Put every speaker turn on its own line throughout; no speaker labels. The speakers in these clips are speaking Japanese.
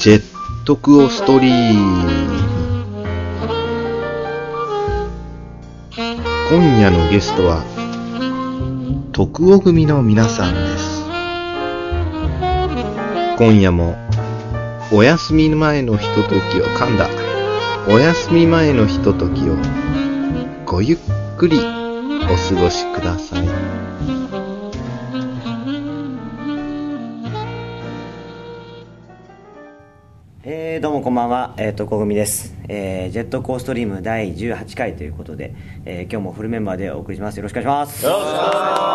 ジェットクオストリーム。今夜のゲストは徳尾組の皆さんです。今夜もお休み前のひとときをお休み前のひとときをごゆっくりお過ごしください。
どうもこんばんは、徳尾組です。ジェットコーストリーム第18回ということで、今日もフルメンバーでお送りします。よろしくお願いします。よろしくお願いし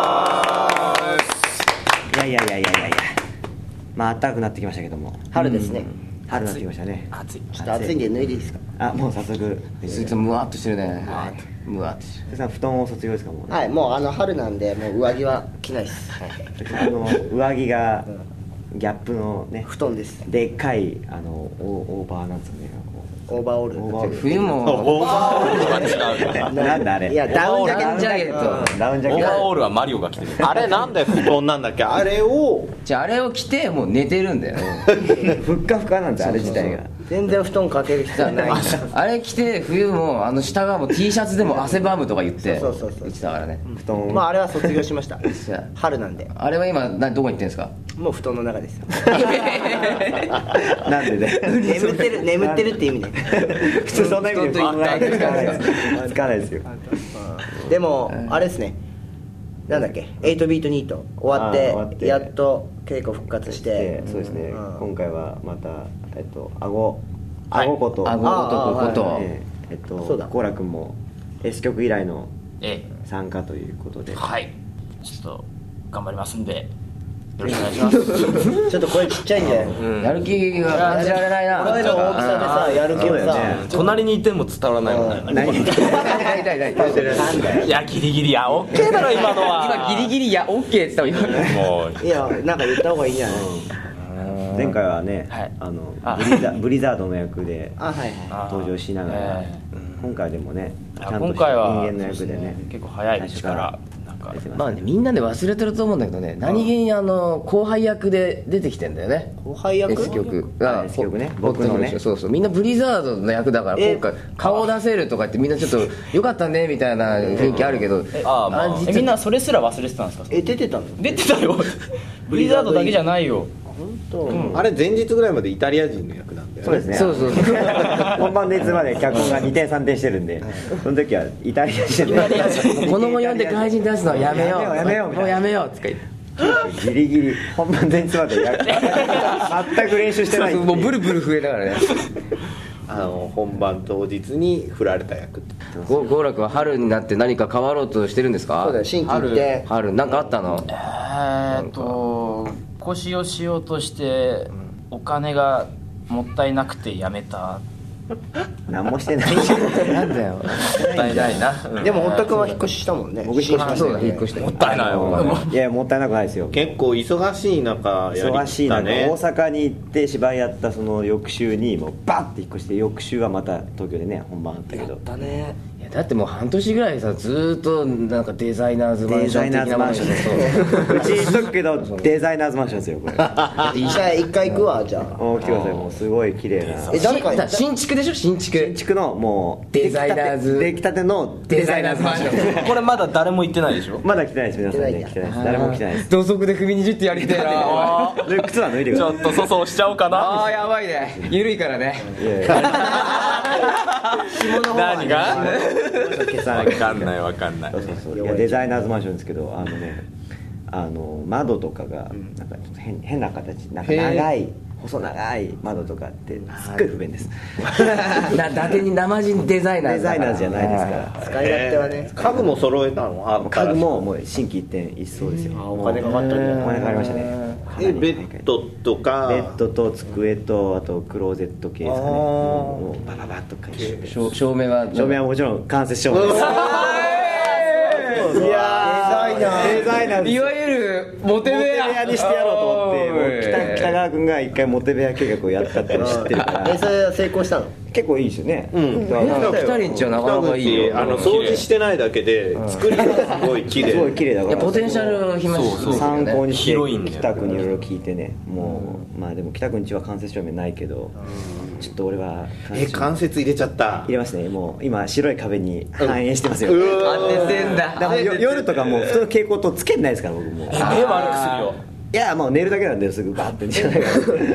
ます。いやまあ暖かくなってきましたけども、
春ですね。
春になってきましたね。
暑い。ちょっと暑いんで脱いでいいですか。
あ、もう早速
そいつムワっとしてるね。ムワっとしてる。
さん布団を卒業ですかもう、ね。
はい、もう春なんでもう上着は着ないです。はい、
上着がギャップのね、
布団です。
でっかいオーバーなんつうのね。
オーバーオール。
冬も
オーバーオールは違う。
なんだあれ。
いやダウンジャケット。
ダウンジャケット。
ダウンジャケット。
オーバーオールはマリオが着てる。あれなんで布団なんだっけ。あれを
じゃああれを着てもう寝てるんだよ。
ふっかふかなんですあれ自体が。
全然布団かける必要ない。
あれ着て冬も下がもう T シャツでも汗ばむとか言って
そう
言ってたからね。
布団。
まああれは卒業しました。春なんで。
あれは今どこに行ってんですか。
もう布団の中ですよ。
なんでね。
眠ってるって意味ね。
普通そんな意味で使わないですよ。
でもあれですね。なんだっけ、8ビートニート終わってやっと稽古復活して、
そうですね。今回はまた顎こと
そうだ、
コーラ君も S 曲以来の参加ということで、
はい、ちょっと頑張りますんでよろしくお願いします。
ちょっと声ちっちゃいんで、
やる気が感じられないな。
声の大きさでさ、やる気をさ、
隣にいても伝わらないもんね。いやギリギリやオッケーだろ今のは。
今ギリギリやオッケーって言ったもん。
もう
いやなんか言った方がいいんじゃない。
前回はね、ブリザードの役で登場しながら、今回でもね、ちゃんとした人間の役でね、
結構早いうちから
まあね、みんなで忘れてると思うんだけどね、何気に後輩役で出てきてんだよね。
後輩役
S 曲
ね、僕のね、
そうみんなブリザードの役だから今回顔出せるとか言ってみんなちょっとよかったねみたいな雰囲気あるけど、
みんなそれすら忘れてたんですか。
出てたの。
出てたよ。ブリザードだけじゃないよ。
あれ前日ぐらいまでイタリア人の役なんで。
そうですね。
そう
本番でいつまで脚本が2点3点してるんで、その時はイタリア人で
このも読んで外人出すのはやめようもうやめようって
ギリギリ本番前日まで全く練習してない。
もうブルブル増えながらね。
本番当日に振られた役って。
郷楽は春になって何か変わろうとしてるんですか。
そうだよ、新規って
春なんかあったの。
腰をしようとしてお金がもったいなくてやめた。
何もしてないじゃん。
なんだよ。
もったいないな。
でも堀田君は引っ越ししたもんね。
僕引っ越しましたよね。
引っ越して
もったいないよ。
いやもったいなくないですよ。
結構忙しい中やりきったね。
忙しい中大阪に行って芝居やったその翌週にもうバッて引っ越して、翌週はまた東京でね本番あったけど。
だね。
いやだってもう半年ぐらいさずーっとなんかデザイナーズマンション的なマンションで
うち言っとくけどデザイナーズマンションですよこれ。
一回行くわじゃあ。
来てください。もうすごい綺麗な。
誰か
新築でしょ。新築
のもう
デザイナーズ
出来たての
デザイナーズマンション。
これまだ誰も行ってないでしょ。
まだ来てないです。皆さんね来てないです。誰も来てないです。
同足で踏み20ってやりてえな。
靴は脱いでください。
ちょっと粗相しちゃおうかな。
ああやばいね。緩いからね。
何が
分かんない。
そういやデザイナーズマンションですけど、窓とかがなんかちょっと変な形、なんか細長い窓とかってすっごい不便です。
伊達に生人デザイナー
デザイナーズじゃないですから。
使い勝手はね。
家具も揃えたの。
家具ももう心機一転一掃ですよ。
お金かかったね。
お金かかりましたね。
ベッドとか。
ベッドと机とあとクローゼット系ですかね。もうバババッとか
照明は
もちろん間接照明です。いやデザイナー
いわゆるモテ部屋
にしてやろうと思って、北川君が一回モテ部屋計画をやったって知ってるから。
それは成功したの。
結構いいですよね。
ピタリンチはなかなかいいよ。
掃除してないだけで作りがすごい綺麗。
すごい綺麗だから。
ポテンシャル暇
参考にして
広いんだよ
北君にいろいろ聞いてね。もうまあでも北君家は間接照明ないけど、ちょっと俺は
関節入れちゃった。
入れますね。もう今白い壁に反映してますよ。
当ててんだ。
だから夜とかもう普通の蛍光灯つけないですから僕も。
目悪くするよ。
いやもう寝るだけなんですぐバーってじゃないから。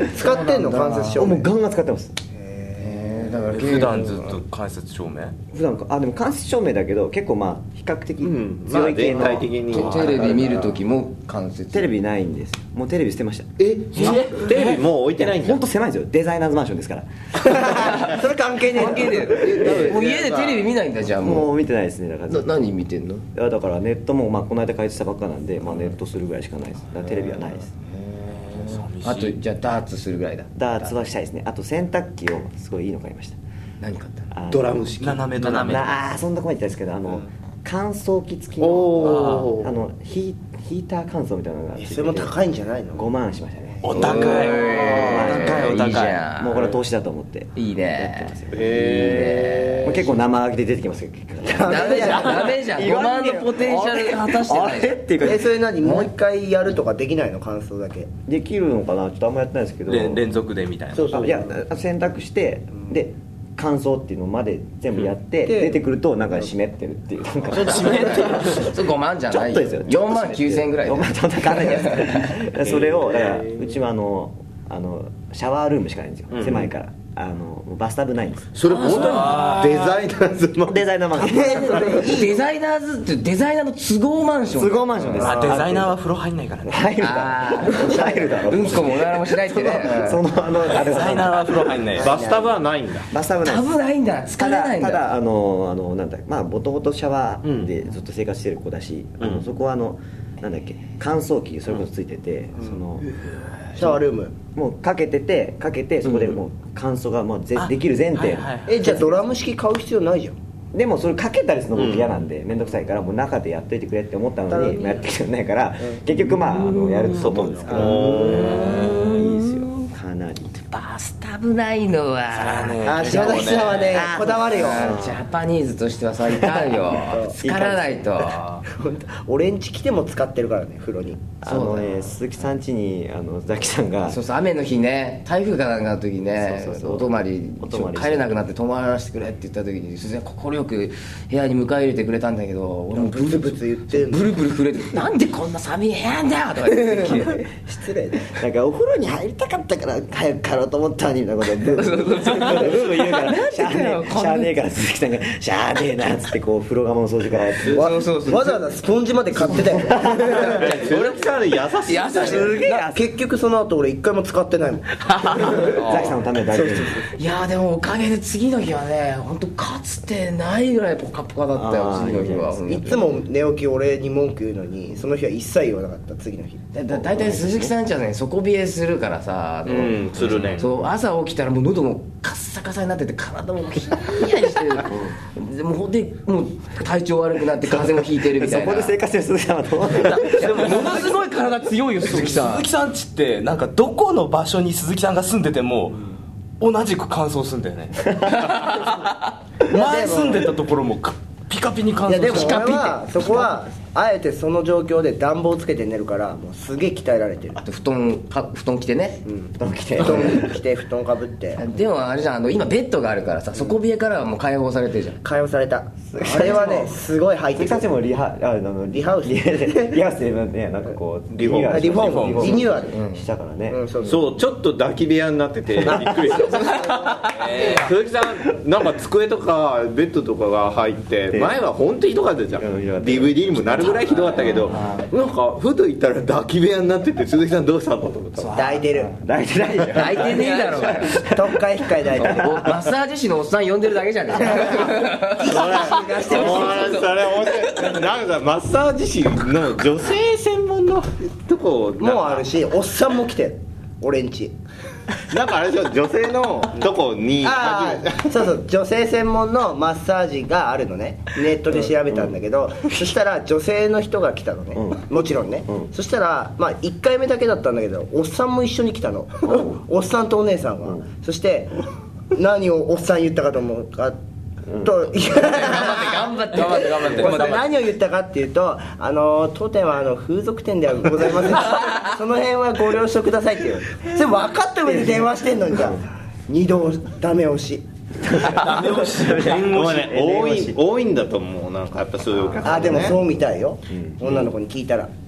使ってんの間接照明？
もうガンガン使ってます。
だから
普段ずっと間接照明？
普段かでも間接照明だけど結構まあ比較的強い系の。
全体的に
テレビ見る時も間接。
テレビないんです。もうテレビ捨てました。
テレビもう置いてないんだ。
本当狭いんですよ。デザイナーズマンションですからそれ関係ねえ。
関係でもう家でテレビ見ないんだじゃあ
もう見てないですね。だから
何見てんの？
いやだからネットもまあこの間開通したばっかなんで、まあ、ネットするぐらいしかないです。だからテレビはないです。
あとじゃあダーツするぐらいだ。
ダーツはしたいですね。あと洗濯機をすごいいいの買いました。
何買ったの？
ドラム式。
斜め
そんなこまで言ったんですけど乾燥機付きのヒーター乾燥みたいなのがついてて、
それも高いんじゃないの
5万しましたね。
お高い。
いいじゃん。
もうこれは投資だと思って
いいね。
やってますよ。もう結構生揚げで出てきますよ。
ダメじゃんダメじゃん。5万のポテンシャル果たしてない。
っていうか
それ何もう一回やるとかできないの？乾燥だけ
できるのかな。ちょっとあんまやってないですけど
連続でみたいな。
そう
いや洗濯してで乾燥っていうのまで全部やって出てくるとなんか湿ってるっていうなんか
湿ってるそれ5万じゃないよ。
ちょっとですよ。
4万9000円ぐらい。
4万ちょっとかんないじゃないですか。それをだからうちはシャワールームしかないんですよ。狭いからバスタブないんです。
それ本当にデザイナーズマン。
デザイナーマンション。
デザイナーズってデザイナーの都合マンション。
都合マンションです。
デザイナーは風呂入んないからね。
入るだろ。
うんこもおならもしないってね。
デザイナーは風呂入んない。
バスタブはないんだ。
バスタブない。
タブないんだ。疲れないんだ。
ただなんだまあボトボトシャワーでずっと生活してる子だし、そこはなんだっけ乾燥機それこそついてて
シャワールーム
もうかけてそこでもう乾燥がもうできる前提。
じゃあドラム式買う必要ないじゃん。
でもそれかけたりするの僕嫌なんで面倒くさいからもう中でやっといてくれって思ったのにやってきてないから結局まあやると思うんですけどいいですよかなり。
バスタブないのは
島崎さんはねこだわるよ。
ジャパニーズとしてはさいかんよ。使らないと。
俺ん家来ても使ってるからね風呂に。
鈴木さん家にザキさんが
そう雨の日ね台風かなんかの時ねお泊まり帰れなくなって泊まらせてくれって言った時に鈴木さん快く部屋に迎え入れてくれたんだけど俺も
ブツブツ言って
ブルブル震えてなんでこんな寒い部屋なんだよとか言って
失礼だよ。
なんかお風呂に入りたかったから早く帰ろうと思ったのにみたいなことでブーブー言うからしゃあねえから鈴木さんがしゃあねえなっつってこう風呂釜の掃除からやって
わざわざスポンジまで買ってたよ。
鈴木さん優しい。
すげえ
結局その後俺一回も使ってないもん。
ザキさんのために大丈夫。
いやでもおかげで次の日はね本当かつてないぐらいポカポカだったよ次の日は。
いつも寝起き俺に文句言うのにその日は一切言わなかった次の日。
だいたい鈴木さんちはね底冷えするからさ
するね。
そう朝起きたらもう喉もカッサカサになってて体もヒヤヒヤしてるでもう体調悪くなって風邪もひいてるみたいな。
そこで生活してる鈴木さんはどうなんだ。
でもものすごい体強いよ鈴木さん。鈴木さんちってなんかどこの場所に鈴木さんが住んでても同じく乾燥するんだよね。前住んでたところもピカピに乾燥してる。
いやでも俺はそこはあえてその状況で暖房つけて寝るからもうすげえ鍛えられてる。
あと布団着てね、
布団着て布団かぶって。
でもあれじゃん今ベッドがあるからさ底冷えからはもう解放されてるじゃん。
解放された。あれはねすごい入って
鈴木さんちもリハウスでねなんかこう
リニューアル
したからね。
そうちょっと抱き部屋になっててびっくりした。鈴木さんなんか机とかベッドとかが入って前は本当にひどかったじゃん。DVD にもなるぐらいひどかったけどなんかふと言ったら抱き部屋になってて鈴木さんどうしたのと思った。
抱いてる。
抱いてないよ。
抱いてねえだろうがよ。
特会控え抱いてる。
マッサージ師のおっさん呼んでるだけじゃねえ
それなんかマッサージ師の女性専門のとこ
もうあるしおっさんも来てる俺んち。
なんかあれでしょ女性のとこに
そう女性専門のマッサージがあるのね。ネットで調べたんだけど、そしたら女性の人が来たのね、もちろんね、そしたらまあ1回目だけだったんだけどおっさんも一緒に来たの、おっさんとお姉さんが、そして何をおっさん言ったかと思うかと
頑張って
何を言ったかっていうと当店は風俗店ではございませんその辺はご了承くださいっていうそれ分かった上で電話してんのにじゃあ2度ダメ押し
ダメ押し
多いんだと思う。なんかやっぱそういうお客さん
でもそうみたいよ、女の子に聞いたら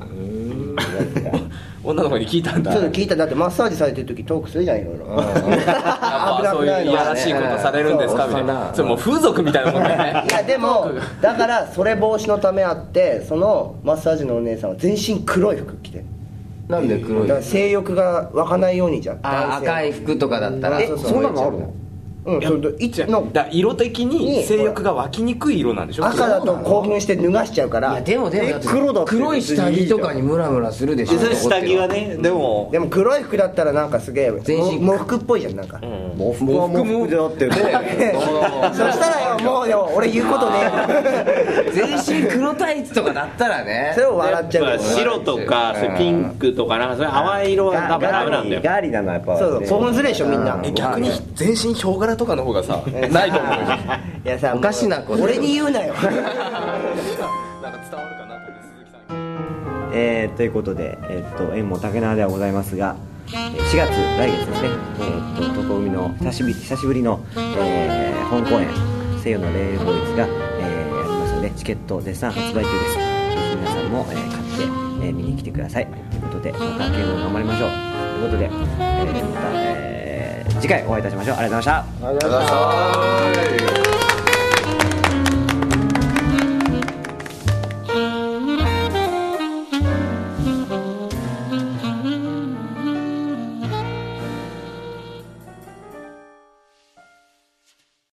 女の子に聞いたんだ。
そう聞いた。だってマッサージされてる時トークするじゃんいろいろ
やっぱそういういやらしいことされるんですかみたいな。それもう風俗みたいなもんだよね。
いやでもだからそれ防止のためあってそのマッサージのお姉さんは全身黒い服着てる。
なんで黒い？
だから性欲が湧かないようにじゃん。
赤い服とかだったら
そんなのあるの？
色的に性欲が湧きにくい色なんでしょ。
赤だと興奮して脱がしちゃうから。
いやでも黒い下着とかにムラムラするでしょ。
下着はね。でも
黒い服だったらなんかすげえ喪服っぽいじゃん。なんか
喪服は喪服であってね
そしたらよもうよ俺言うことね
全身黒タイツとかだったらね
それを笑っちゃう。
白とかピンクとかなんかそれ淡い色はダメなんだよ。
ガーリーなのはやっぱ
そう興奮するでしょみんな。
逆に全身ヒョウ柄とかの方がさないと思うよ。
いやさ
おかしなこと
俺に言うなよ
なんか伝わるかなと思って鈴木さん。
ということで縁も竹縄ではございますが4月来月ですね床海の久しぶりの本公演西洋の霊ボーイズがやりますのでチケット絶賛発売中です。ぜひ皆さんも買って見に来てくださいということでまた稽古頑張りましょうということでまた次回お会いいたしましょう。ありがとうございました。
ありがとうございました。